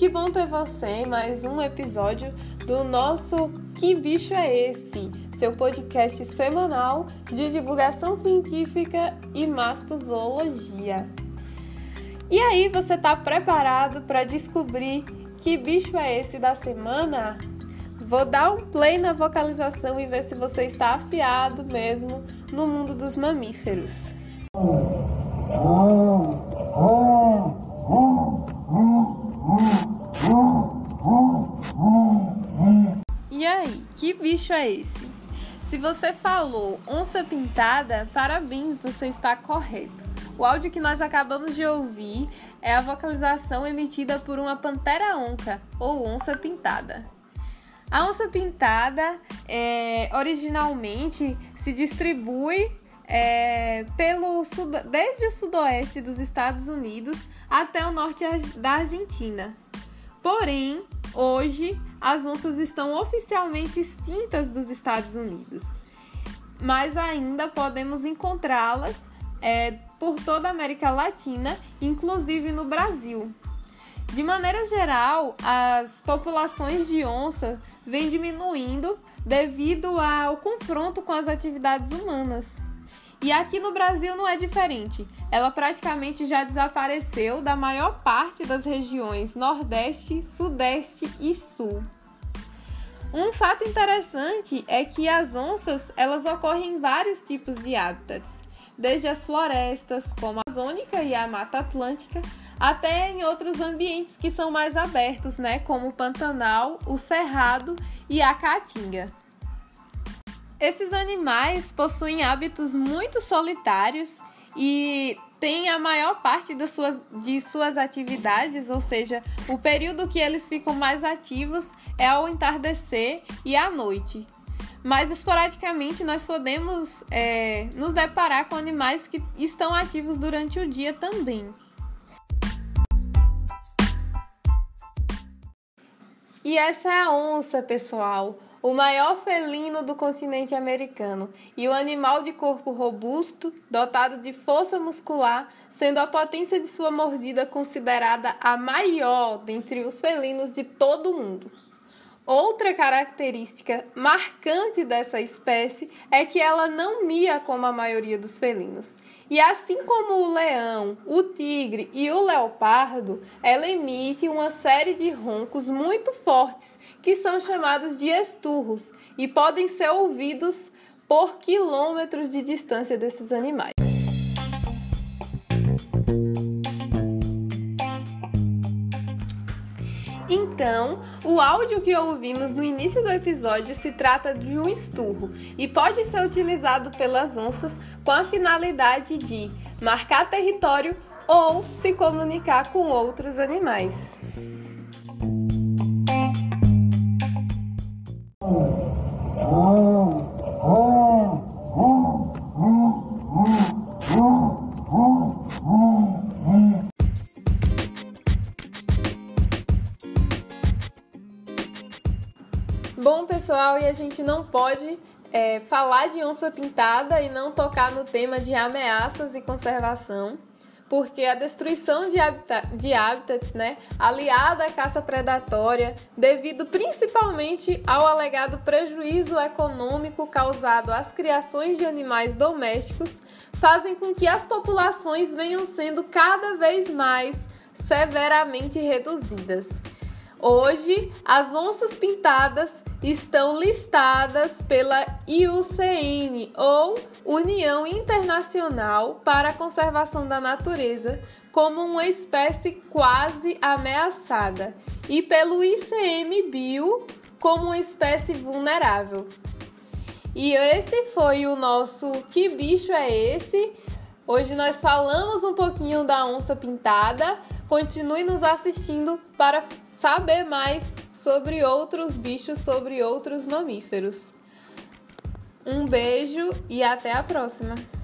que bom ter você em mais um episódio do nosso Que Bicho é Esse? Seu podcast semanal de divulgação científica e mastozoologia. E aí, você está preparado para descobrir que bicho é esse da semana? Vou dar um play na vocalização e ver se você está afiado mesmo no mundo dos mamíferos. E aí, que bicho é esse? Se você falou onça pintada, parabéns, você está correto. O áudio que nós acabamos de ouvir é a vocalização emitida por uma pantera onca, ou onça pintada. A onça pintada, originalmente, se distribui desde o sudoeste dos Estados Unidos até o norte da Argentina. Porém, hoje, as onças estão oficialmente extintas dos Estados Unidos, mas ainda podemos encontrá-las por toda a América Latina, inclusive no Brasil. De maneira geral, as populações de onça vêm diminuindo devido ao confronto com as atividades humanas. E aqui no Brasil não é diferente. Ela praticamente já desapareceu da maior parte das regiões Nordeste, Sudeste e Sul. Um fato interessante é que as onças elas ocorrem em vários tipos de hábitats, desde as florestas, como a Amazônica e a Mata Atlântica, até em outros ambientes que são mais abertos, como o Pantanal, o Cerrado e a Caatinga. Esses animais possuem hábitos muito solitários e têm a maior parte de suas atividades, ou seja, o período que eles ficam mais ativos é ao entardecer e à noite. Mas esporadicamente nós podemos nos deparar com animais que estão ativos durante o dia também. E essa é a onça, pessoal, o maior felino do continente americano e o animal de corpo robusto, dotado de força muscular, sendo a potência de sua mordida considerada a maior dentre os felinos de todo o mundo. Outra característica marcante dessa espécie é que ela não mia como a maioria dos felinos. E assim como o leão, o tigre e o leopardo, ela emite uma série de roncos muito fortes, que são chamados de esturros, e podem ser ouvidos por quilômetros de distância desses animais. Então, o áudio que ouvimos no início do episódio se trata de um esturro e pode ser utilizado pelas onças com a finalidade de marcar território ou se comunicar com outros animais. Bom, pessoal, e a gente não pode falar de onça pintada e não tocar no tema de ameaças e conservação, porque a destruição de hábitats, aliada à caça predatória, devido principalmente ao alegado prejuízo econômico causado às criações de animais domésticos, fazem com que as populações venham sendo cada vez mais severamente reduzidas. Hoje, as onças pintadas estão listadas pela IUCN, ou União Internacional para a Conservação da Natureza, como uma espécie quase ameaçada, e pelo ICMBio como uma espécie vulnerável. E esse foi o nosso Que Bicho é Esse? Hoje nós falamos um pouquinho da onça pintada. Continue nos assistindo para saber mais sobre outros bichos, sobre outros mamíferos. Um beijo e até a próxima!